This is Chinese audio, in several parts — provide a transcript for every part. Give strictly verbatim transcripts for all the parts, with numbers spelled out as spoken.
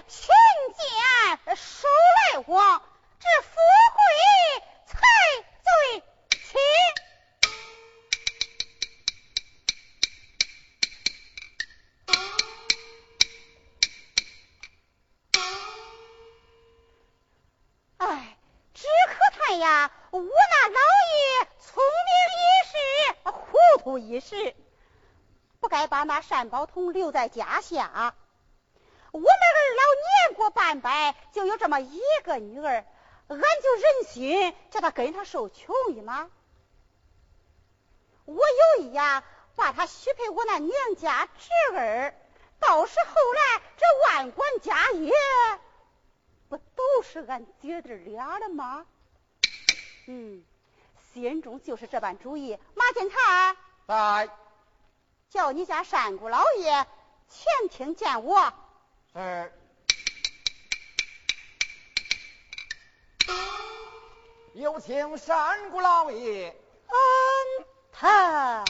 贫贱数来往，这富贵才最亲。哎，只可叹呀，我那老爷聪明一时，糊涂一时，不该把那单宝通留在家下。我们二老年过半百，就有这么一个女儿，俺就忍心叫她跟他受穷姨吗？我有意呀，把她许配我那娘家侄儿，到时候来这万贯家业，不都是俺姐弟俩的吗？嗯，心中就是这般主意。马金才， 在， 叫你家单姑老爷前厅见我。 是。有请单姑老爷。 嗯，他。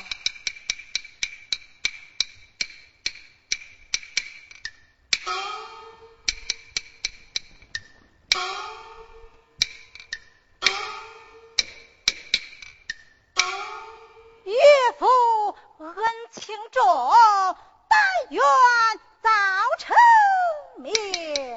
岳父恩情重，但愿早成名。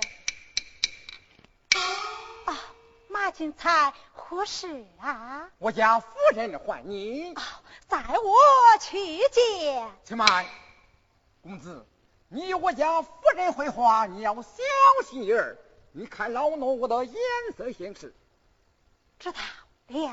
啊，马金才何事啊？ 我家夫人唤你。 哦，在我去见。 且慢，公子，你我家夫人会话，你要小心眼儿。你看老奴我的眼色行事。 知道了。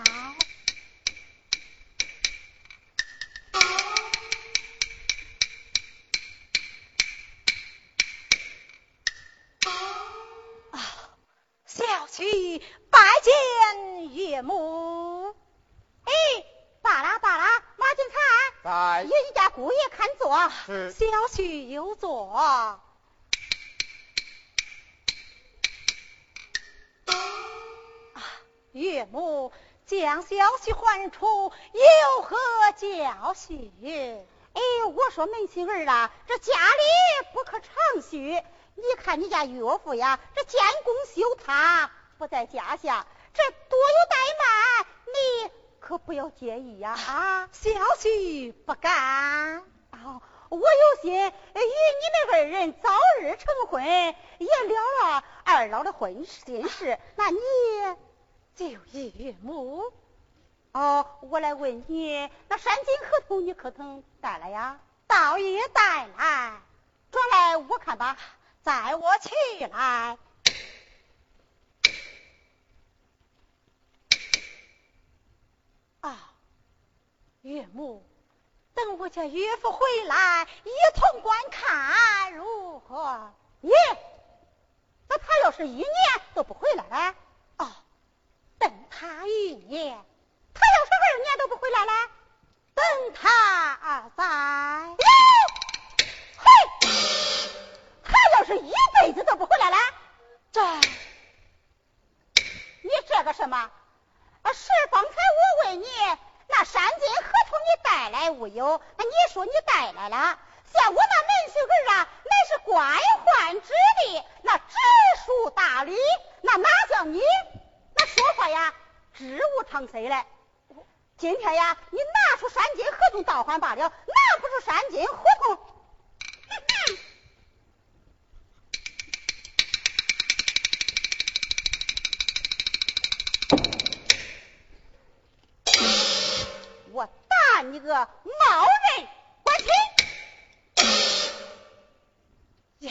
小婿拜见岳母。哎，罢了罢了，马金才， 在， 有一家姑爷看座。 是。 小婿有座。啊，岳母将小婿唤出，有何教训？哎，我说门亲儿啊，这家里不可长许。你看你家岳父呀，这监工修塔不在家下，这多有怠慢，你可不要介意呀！啊，小婿不敢。哦，我有心与你们二人早日成婚，也了了二老的婚心事。那你就依岳母。哦，我来问你，那山金合同你可曾带来呀？倒也带来，转来我看吧。载我起来。啊，岳母，等我家岳父回来，一同观看如何？耶，那他要是一年都不回来了？哦，等他一年。他要是二年都不回来了？等他在。嘿，他要是一辈子都不回来了，这你这个什么？是方才我问你，那山金合同你带来无有？你说你带来了，像我那门婿儿啊，乃是官宦之地，那直属大理，那哪叫你那说话呀，知无常谁来？今天呀，你拿出山金合同倒换罢了，拿不出山金合同。我打你个冒人官亲呀！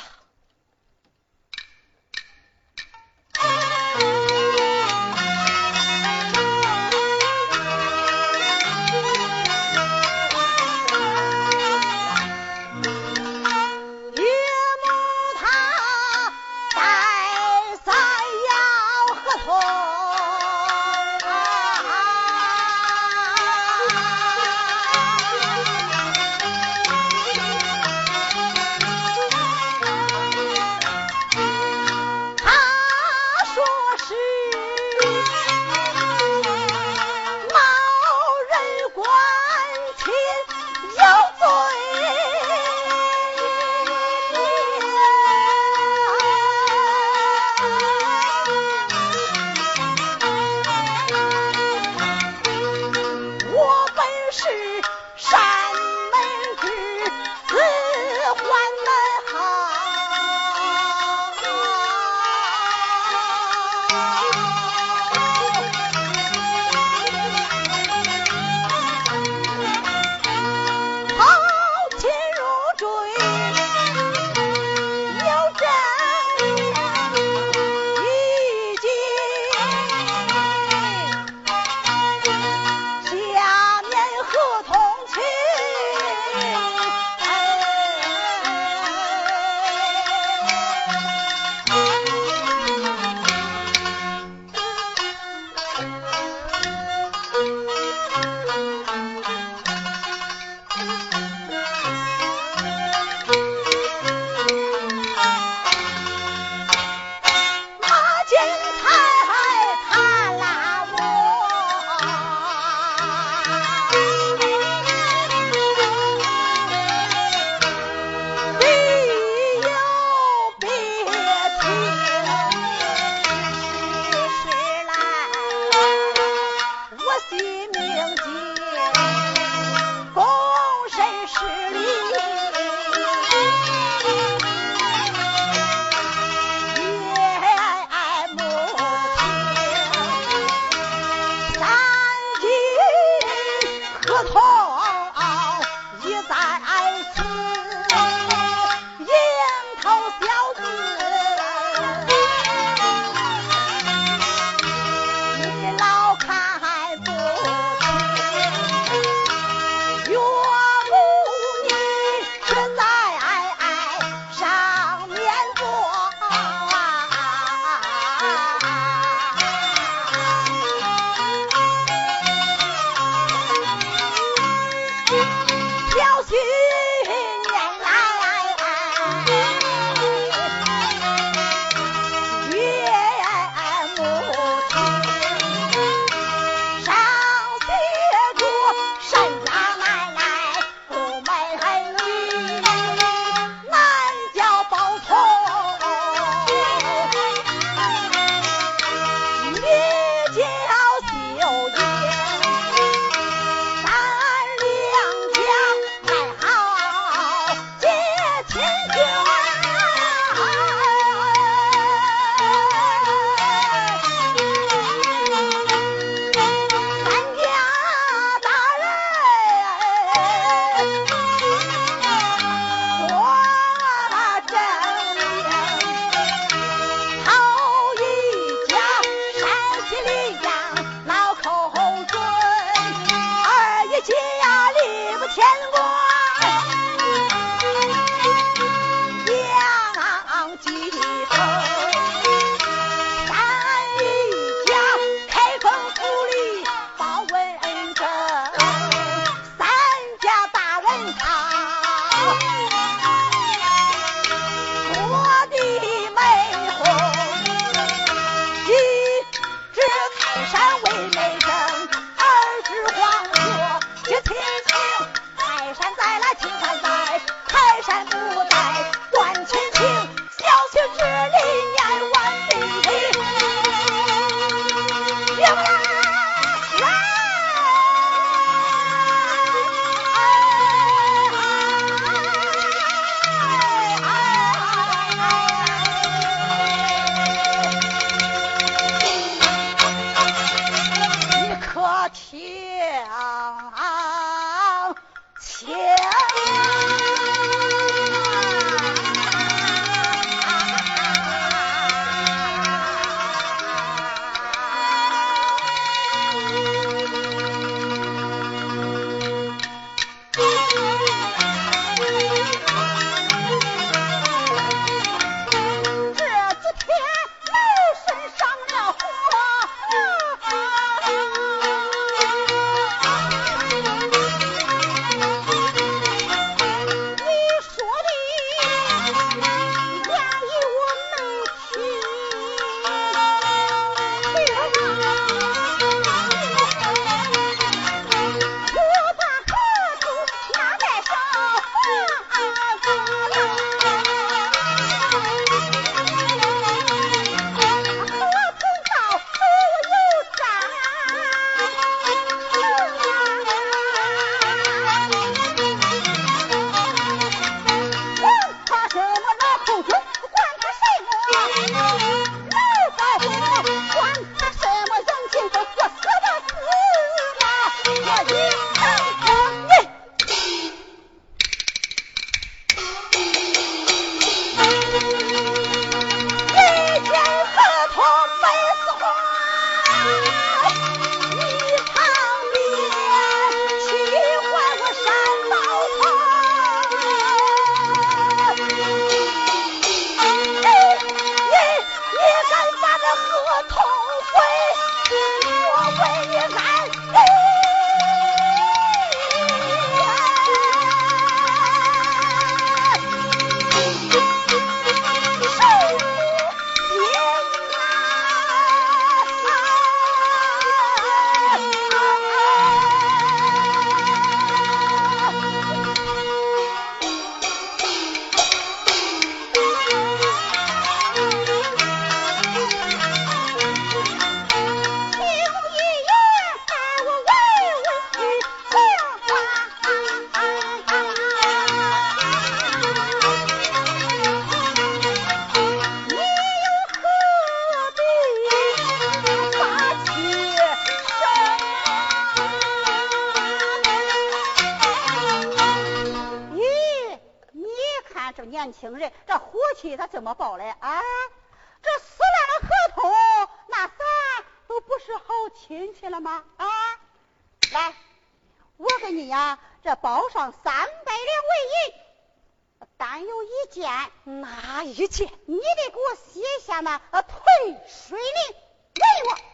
年轻人，这火气他怎么报嘞啊？这撕烂了合同，那咱都不是好亲戚了吗？啊，来，我给你呀，这包上三百两为银，但有一件， 哪一件？ 你得给我写下那呃退水令给我。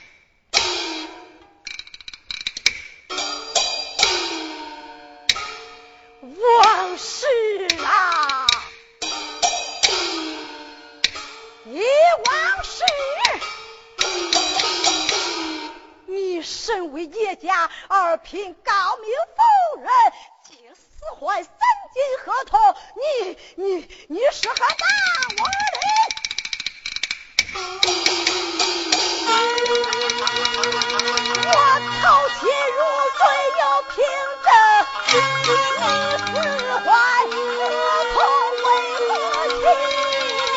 王氏啊，你王氏，你身为叶家二品高明夫人，竟撕坏三金合同，你你你是何大我人？我掏钱入罪又凭证，你撕坏合同为何情？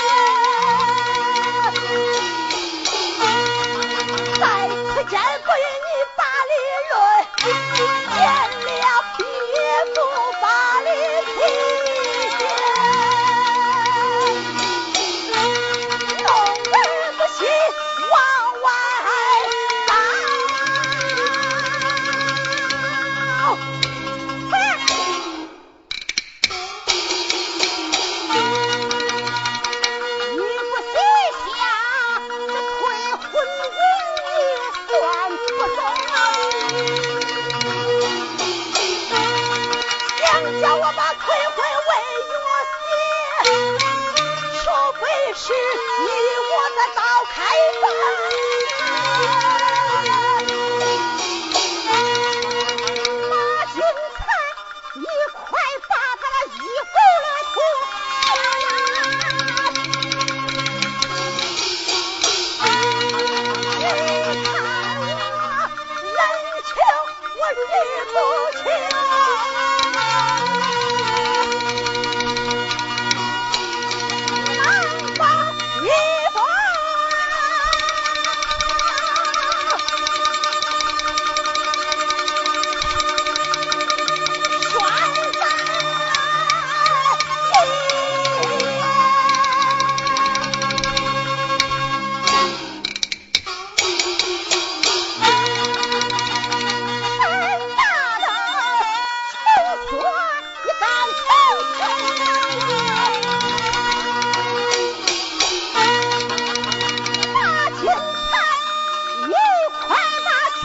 在此间不与你法理论，见了别做法理题。弄人不信往外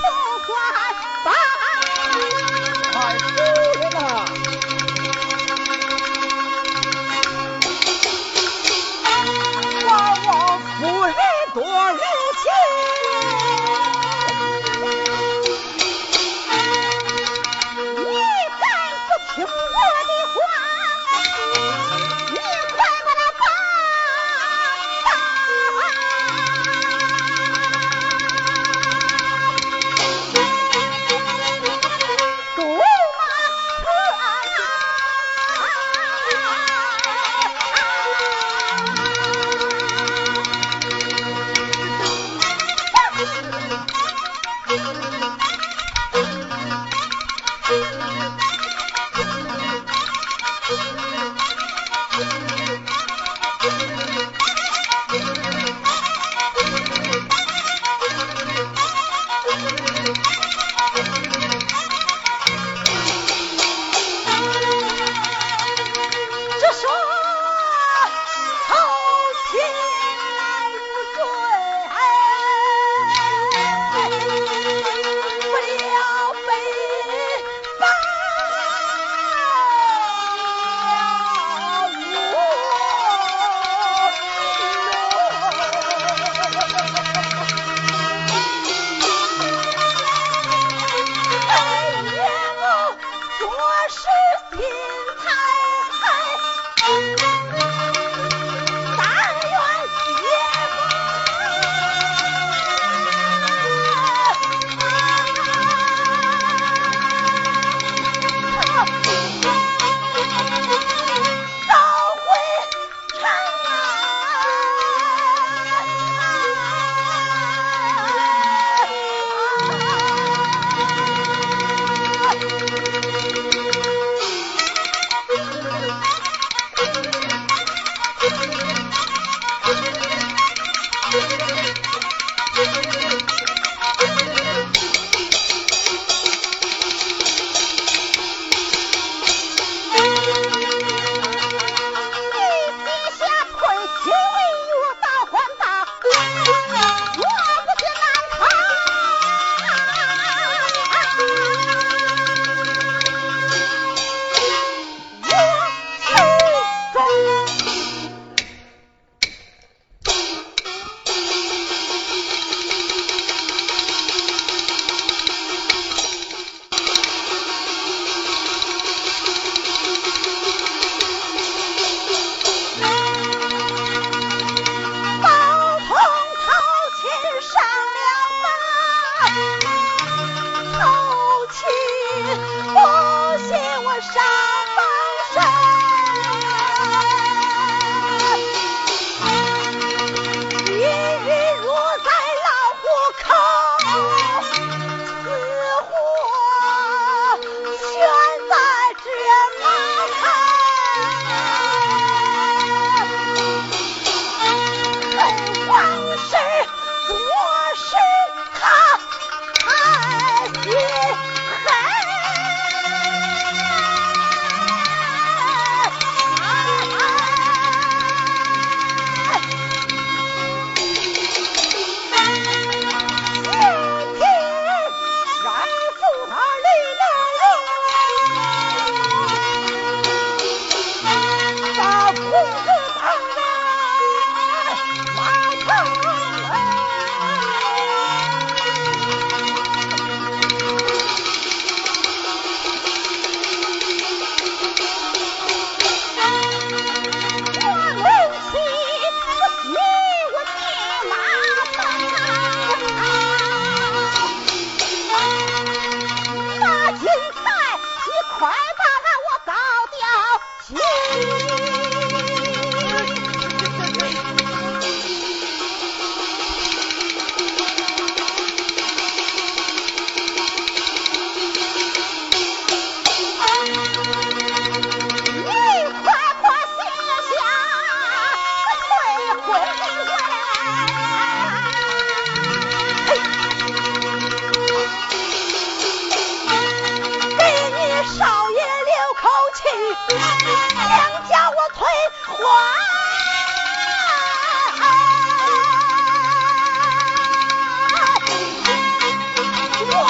我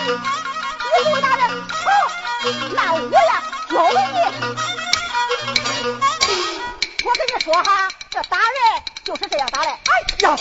你是我大人，好，那我呀有你。我跟你说哈，这打人就是这样打的。哎呀！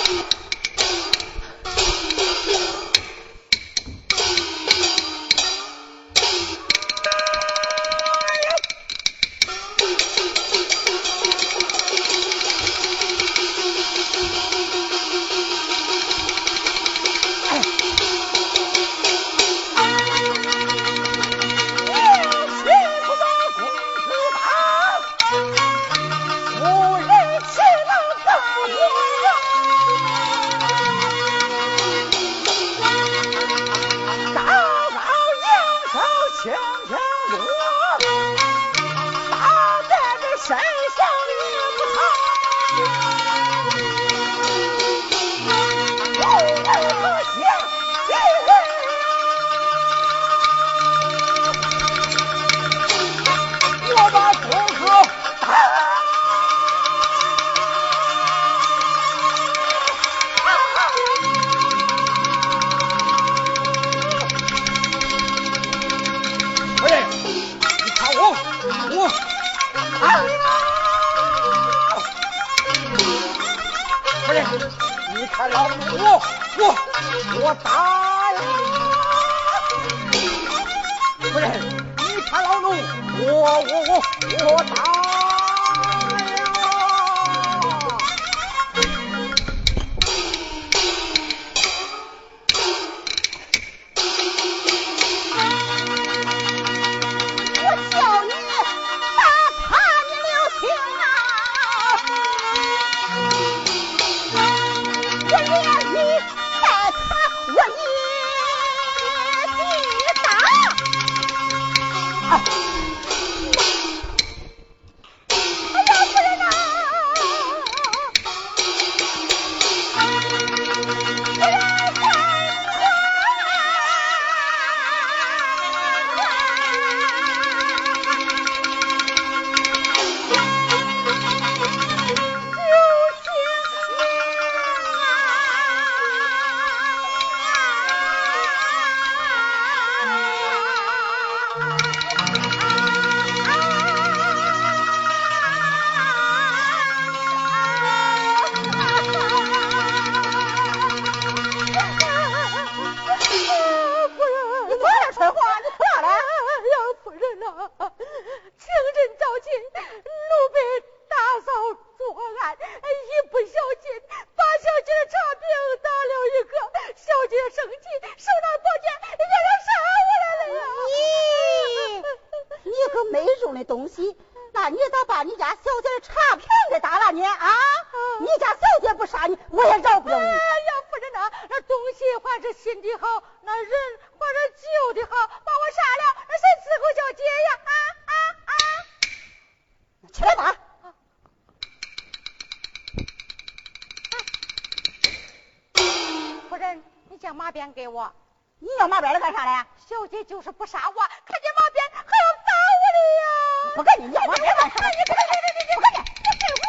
就是不杀我，看见马鞭还要打我的呀！ 不跟你要马鞭干啥？ 你不跟你你你不跟你，我废话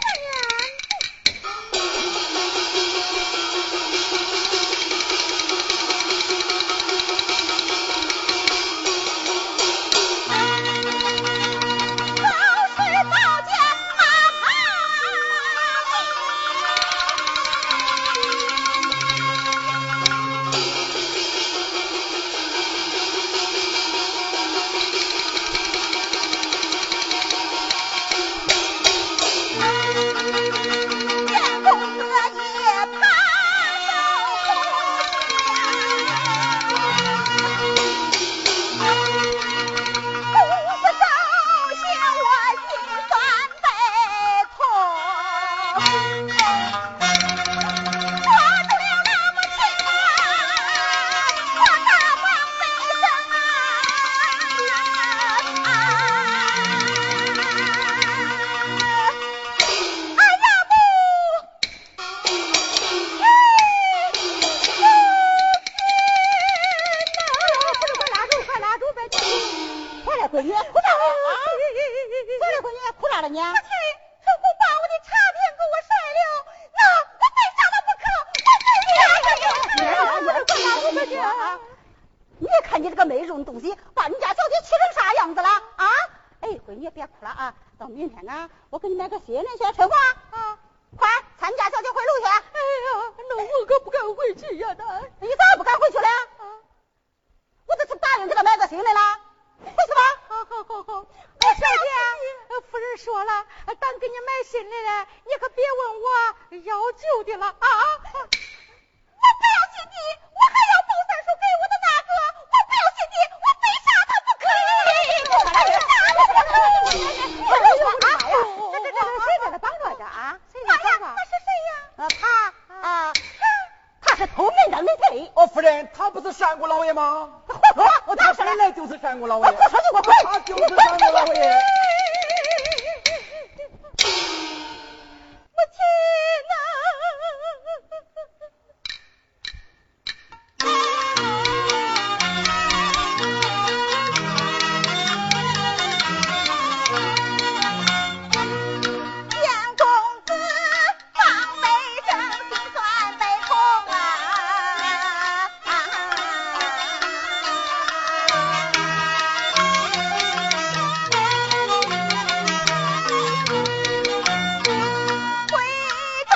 呢！老师宝剑马旁。 闺女，哭啥了啊？咋了，闺女？哭啥了呢？ 父亲，如果把我的茶片给我甩了，那我非杀他不可！我非杀他！ 你快拉住闺女啊！ 你看你这个没用东西，把你家小姐气成啥样子了啊？哎，闺女别哭了啊，到明天啊，我给你买个新人先春花啊，快参加小姐回炉去。哎呀，那我可不敢回去呀！那你咋不敢回去了？啊，我这是答应给他买个新的了，回去吧。 好好好好。哎，小姐，夫人说了，当给你买新的了，你可别问我要旧的了啊！ 我不要新的，我还要包三叔给我的那个，我不要新的，我非杀他不可。哎呦妈呀！这这这谁在这绑着这啊？谁在绑着？那是谁呀？啊，他啊，他是偷门当的贼。 哦，夫人，他不是山谷老爷吗？ 胡说！我他本来就是山谷老爷。 我不说就给我滚！ 他就是山谷老爷。 母亲呐！回头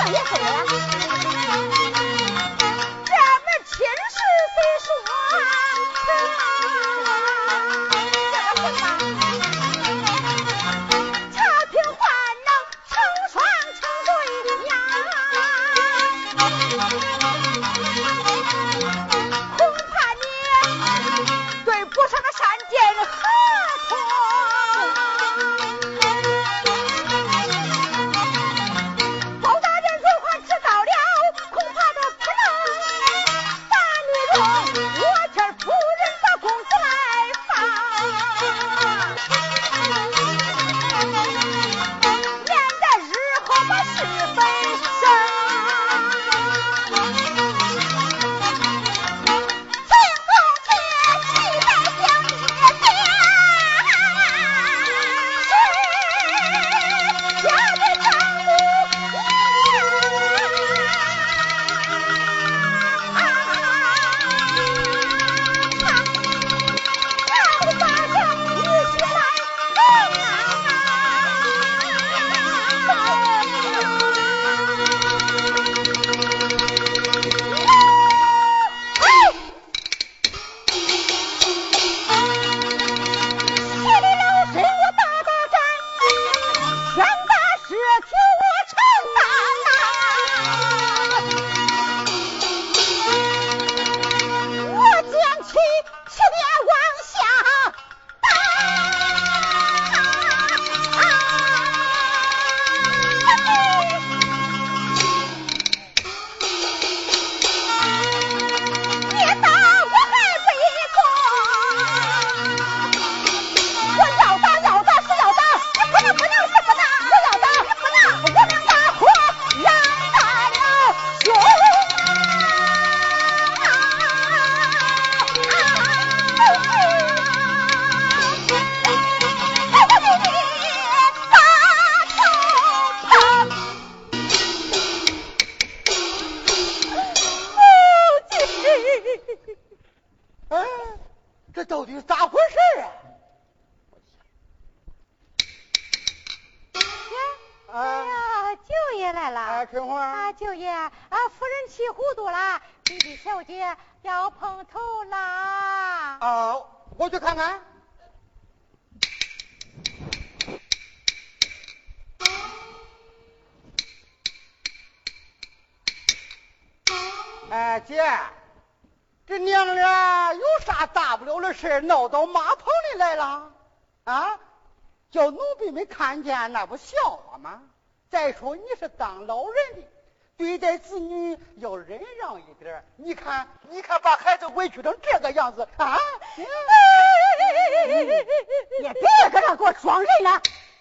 样也是呀。 咱们亲事虽说这个什么茶品还能成双成对呀，恐怕你对不上那山间合同。包大人如果知道了，恐怕这不能把你用我这夫人的公子来放，免得日后把是非生。请公且期待将一天，谁家的丈母让大家一起来西里老身我大大战，天大事求我承担呐，我将其起点往下你打我还不一空，我要打要打是要打，你不能不能是不打，我要打你不能，我能打火让大了心。我给你打头疼。母亲， 哎，这到底是咋回事啊？ 哎啊呀，舅爷来了。 啊，春花啊，舅爷，啊，夫人气糊涂了，弟弟小姐要碰头啦。 啊，我去看看。哎，姐，这娘俩有啥大不了的事闹到马棚里来了？啊，叫奴婢们看见那不笑话吗？再说你是当老人的，对待子女要忍让一点。你看，你看，把孩子委屈成这个样子啊！ 也别搁这给我装人了。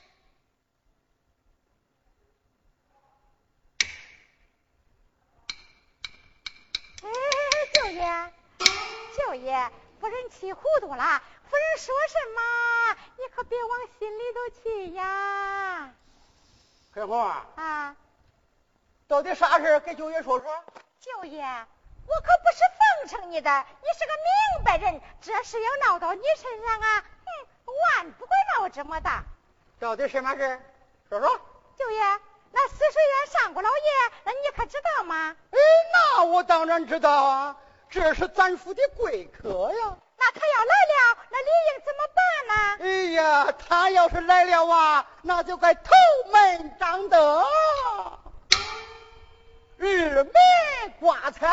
哎，舅爷，舅爷，夫人气糊涂了。夫人说什么，你可别往心里头去呀。 黑红啊， 啊， 到底啥事给舅爷说说。 舅爷，我可不是奉承你的，你是个明白人，这事要闹到你身上啊，哼，万不会闹这么大。 到底什么事？说说。 舅爷，那泗水院上过老爷，那你可知道吗？ 哎，那我当然知道啊，这是咱府的贵客呀。 那他要来了，那理应怎么办呢？ 哎呀，他要是来了啊，那就该头门张灯，日门挂彩，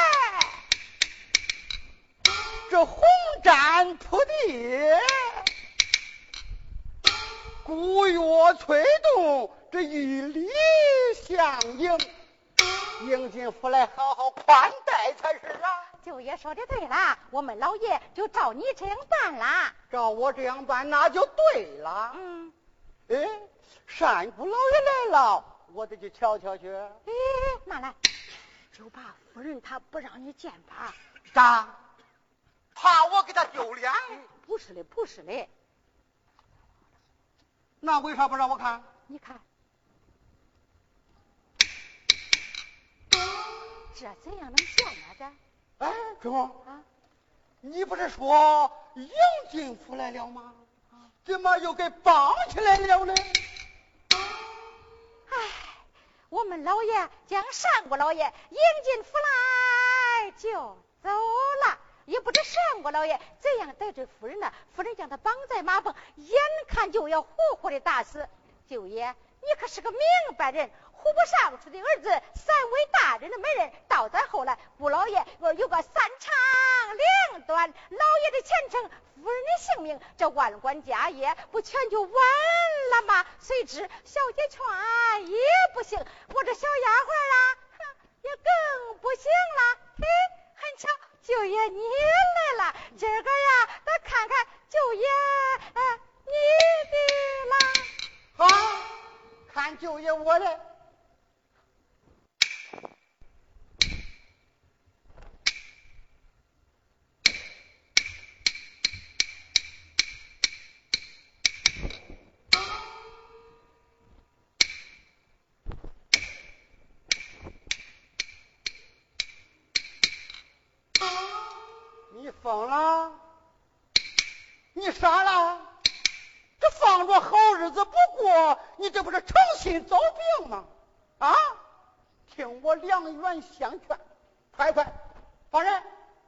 这红毡铺地，鼓乐催动，这一礼相迎，迎进府来好好宽待才是啊。 舅爷说的对了，我们老爷就照你这样办啦。 照我这样办，那就对了。 嗯， 哎，山姑老爷来了，我得去瞧瞧去。 哎，慢来，就怕夫人她不让你见吧？ 咋？怕我给他丢脸？ 不是的，不是的。 那为啥不让我看？ 你看，这怎样能见呢？这？ 哎，春红啊， 你不是说迎进府来了吗？怎么又给绑起来了呢？ 哎，我们老爷将上国老爷迎进府来就走了。也不知上国老爷怎样得罪夫人呢？夫人将他绑在马棚，眼看就要活活的打死。舅爷，你可是个明白人，护不上出的儿子，三位大人的媒人，到咱后来顾老爷若有个三长两短，老爷的前程，夫人的性命，这万贯家业不全就完了吗？虽知小姐劝也不行，我这小丫鬟啊也更不行了。嘿，很巧，舅爷你来了，这个呀咱看看舅爷呃你的啦。 好，看舅爷我的。你疯了？你傻了？这放着好日子不过，你这不是诚心找病吗？啊！听我两员相劝，快快放人！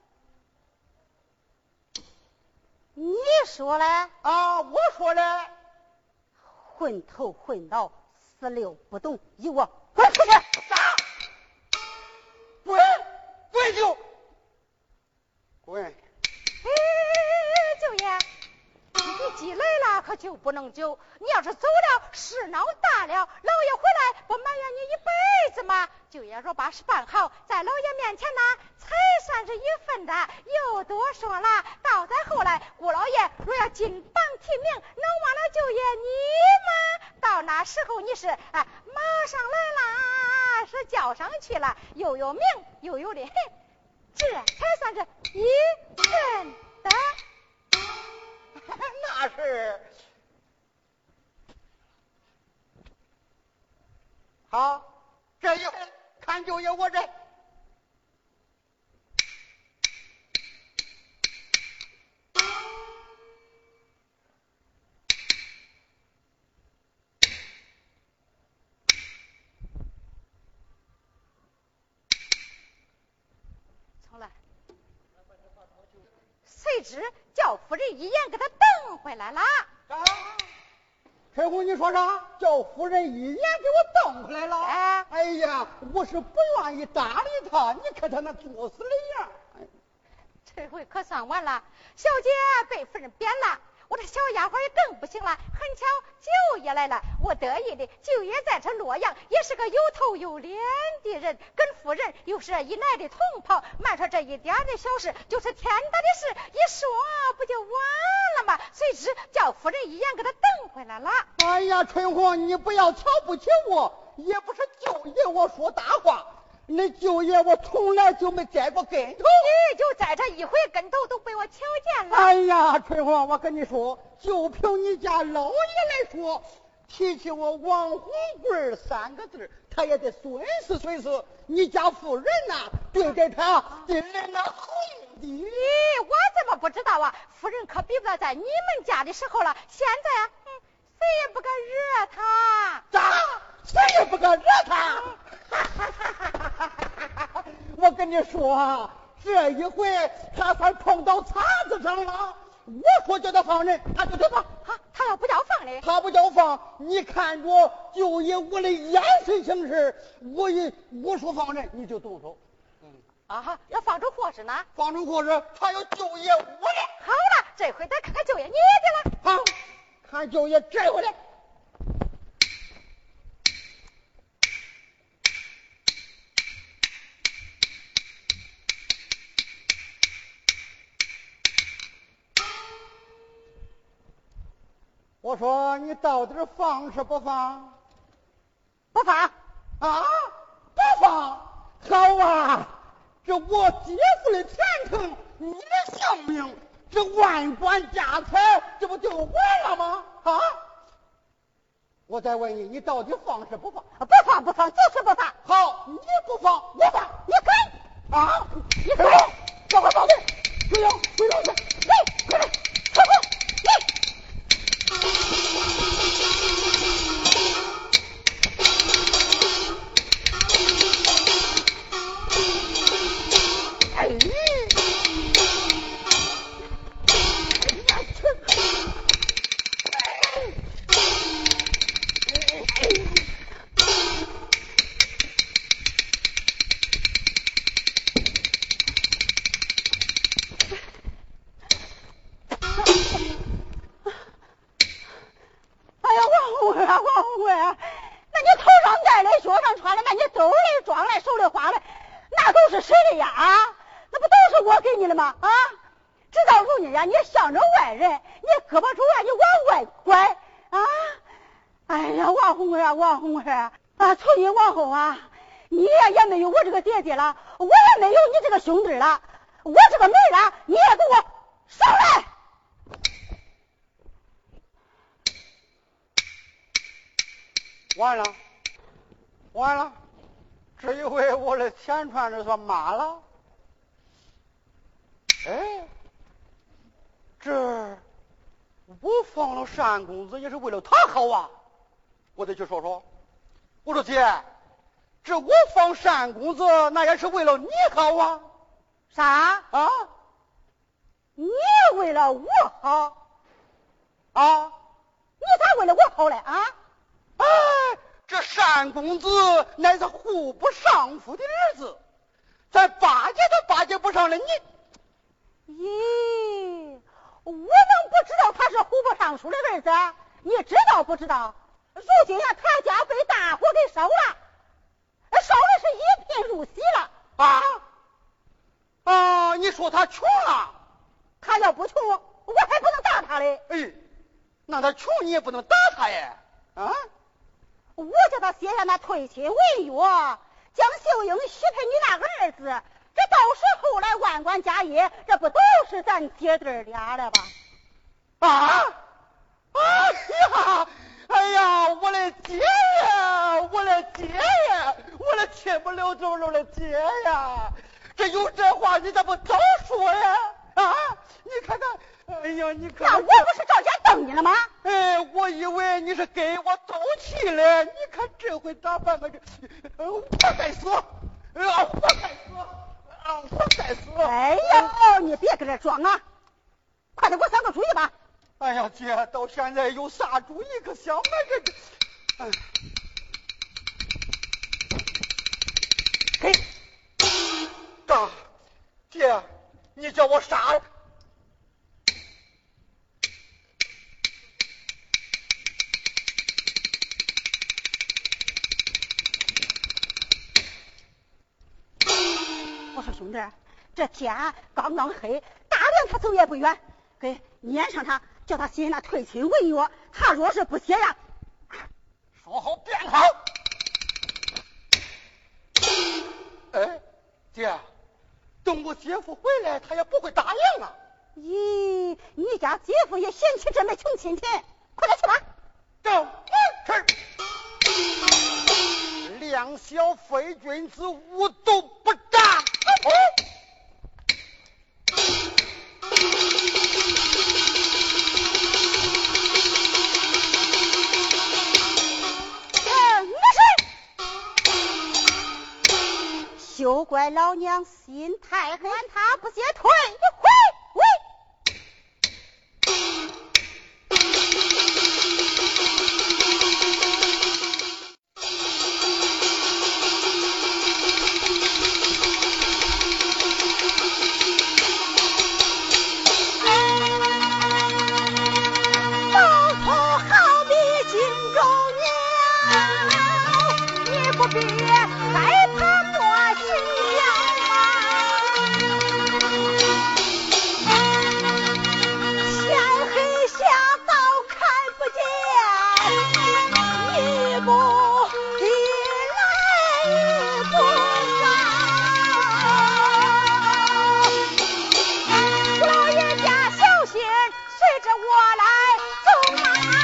你说嘞？ 啊，我说嘞， 混头混脑，死溜不动，一我滚出去！ 啥？滚！滚就滚！ 哎，舅爷。你既来了，可就不能久。你要是走了，事闹大了，老爷回来不埋怨你一辈子吗？舅爷若把事办好，在老爷面前呢，才算是一份的。又多说了，到再后来，顾老爷若要金榜题名，能忘了舅爷你吗？到那时候你是啊，马上来啦，是叫上去了，又有名又有利，这才算是一份的。 那是好，这一回看舅爷我这重来。谁知叫夫人一眼给他瞪回来了。 啊！陈红，你说啥？叫夫人一眼给我瞪回来了？ 哎， 哎呀，我是不愿意搭理他，你看他那作死的样。 这回可算完了，小姐被夫人贬了，我这小丫鬟也更不行了。很巧，舅爷来了，我得意的。舅爷在这洛阳也是个有头有脸的人，跟夫人又是一奶的同袍，慢说这一点的小事就是天大的事，一说不就完了吗？谁知叫夫人一眼给他瞪回来了。 哎呀，春红，你不要瞧不起我，也不是舅爷我说大话，那舅爷我从来就没栽过跟头， 你就栽这一回跟头都被我瞧见了。 哎呀，春红，我跟你说，就凭你家老爷来说，提起我王红贵三个字，他也得损失损失。你家夫人呐，对待他得人那红的。 咦，我怎么不知道啊？夫人可比不到在你们家的时候了。现在啊，嗯，谁也不敢惹他。 咋？谁也不敢惹他。我跟你说啊，这一回他算碰到茬子上了。我说叫他放人，他就得放。 啊，他要不叫放嘞？ 他不叫放，你看着舅爷我的眼神行事，我一我说放人，你就动手。 嗯啊，要放出祸事呢？ 放出祸事，他要舅爷我的。 好了，这回咱看看舅爷你的了。 好，看舅爷这回来。我说你到底放是不放？ 不放啊！不放！好啊！这我姐夫的前程，你的性命，这万贯家财，这不就完了吗？啊！我再问你，你到底放是不放？ 不放不放，就是不放。 好，你不放，我放。 你滚！ 啊！ 你滚！ 赶快放人！不要，不要去！ 来，快点，快滚！来。 装来手里花来，那都是谁的呀？啊，那不都是我给你的吗？啊，直到如今呀，你向着外人，你胳膊肘啊，你往外拐啊！哎呀，王红儿啊，王红儿啊，啊，从今往后啊，你呀也没有我这个爹爹了，我也没有你这个兄弟了，我这个妹了，你也给我上来！ 完了，完了，这一回我的钱串子算麻了。哎，这我放了单公子也是为了他好啊，我得去说说。我说姐，这我放单公子那也是为了你好啊。 啥啊？ 你为了我好啊？ 你咋为了我好嘞？啊？ 哎，这单公子乃是护不上夫的儿子，咱巴结都巴结不上了你。 咦，我能不知道他是护不上书的儿子？你知道不知道？如今呀，他家被大火给烧了，烧的是一贫如洗了。 啊啊！你说他穷了？ 他要不穷，我还不能打他嘞。 哎，那他穷你也不能打他呀。啊！ 我叫他写下那退亲文约，将秀英许配你那个儿子，这到时候来万贯家业，这不都是咱姐弟俩了吧？ 啊！哎呀！哎呀！我的姐呀！我的姐呀！我的亲不溜走溜的姐呀！这有这话你咋不早说呀？啊！你看看，哎呀，你看， 那我不是照家瞪你了吗？ 哎，我以为你是给我斗气了，你看这回咋办啊？这，呃，我该死，啊，我该死，啊，我该死！ 哎呀，你别跟这装啊，快点给我想个主意吧！ 哎呀，姐，到现在有啥主意可想吧？这这，哎， 给， 大姐，你叫我啥？ 我说兄弟，这天刚刚黑，大凉他走也不远，给撵上他，叫他写那退亲文约。他若是不写呀， 说好便好。哎，姐，等我姐夫回来，他也不会答应啊。 咦，你家姐夫也嫌弃这枚穷亲戚，快点去吧。 走，是。两小非君子，无毒不战。哦休怪老娘心太黑，他不写退回回。报仇好比金钟鸟，你不必害怕莫心痒啊。天黑下早看不见，一步一来一步走，老人家小心，随着我来走啊。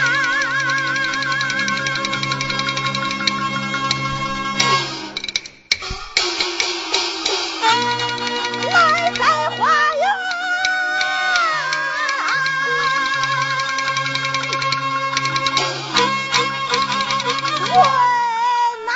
来在花园，问那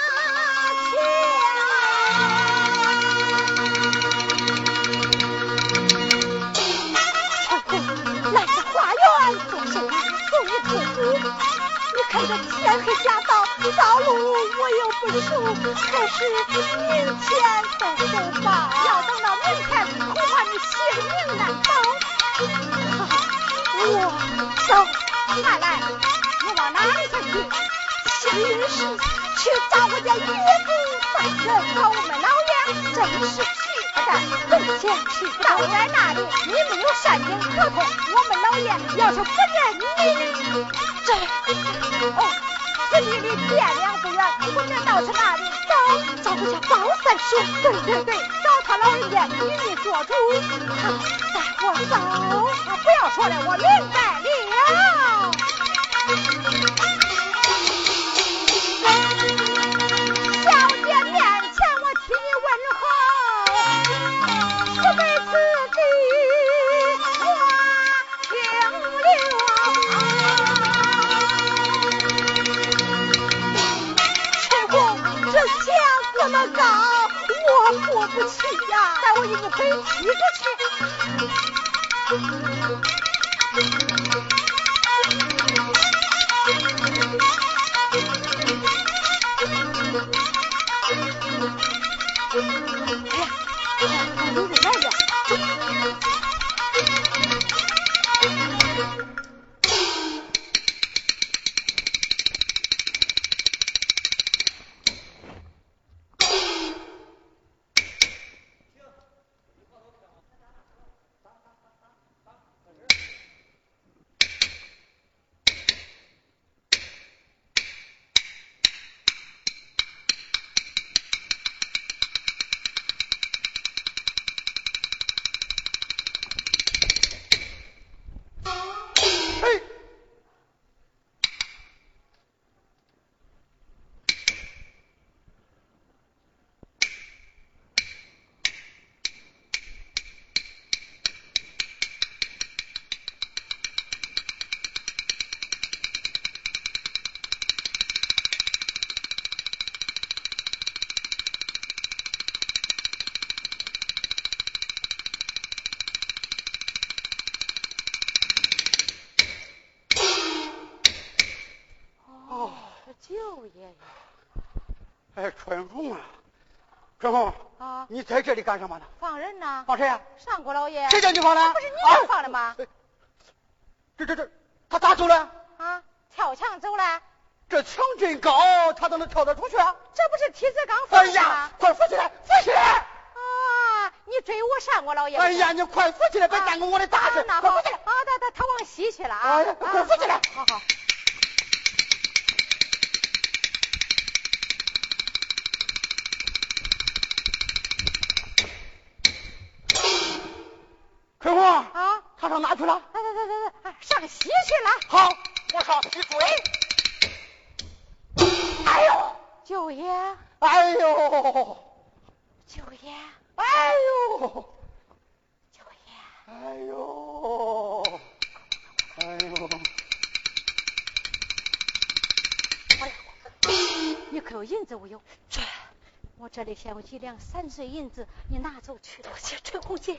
天，来在花园走走走一走走，你看这天黑下道，道路我又不熟，还是明天再走吧。要等到明天，恐怕你性命难保。我走，快来，我往哪里去？幸运是去找我家岳父。 反正把我们老爷真是去不得，本家去不到在那里，你没有善因合同，我们老爷要是不认你，这哦，此地离汴梁不远，我们到是哪里？走，找个叫包三叔，对对对，找他老人家与你做主。好，带我走。啊，不要说了，我明白了。小姐面前我替你问候，是为此地我停留。陈红，这墙这么高，我过不去呀，带我一个腿踢过去。哎呀，有人来了，走。舅爷爷， 哎，春红啊，春红啊， 你在这里干什么呢？ 放人呢？ 放谁呀？ 上国老爷。 谁叫你放的？ 不是你要放的吗？ 哎、这这这，他咋走了？ 啊，跳墙走了。 这墙真高，他怎么能跳得出去啊？ 这不是梯子刚放的吗？ 哎呀，快扶起来，扶起来！ 啊，你追我上国老爷。 哎呀，你快扶起来，别耽误我的大事。 啊、 快扶起来！ 啊，他他他往西去了啊！ 哎呀，快扶起来！ 好好。 春红啊， 他上哪去了？ 来来来来来，上西去了。 好，我上西追。哎呦， 舅爷！ 哎呦， 舅爷！ 哎呦， 舅爷！ 哎呦，哎呦！ 我来，你可有银子无有？这，我这里现有几两三岁银子，你拿走去。多谢陈红姐。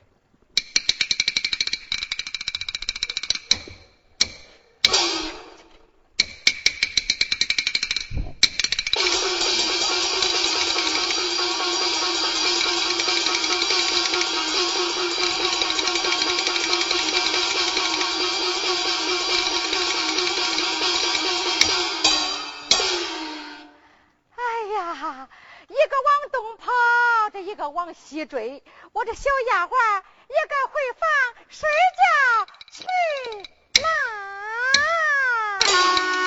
往西追，我这小丫鬟也该回房睡觉去啦。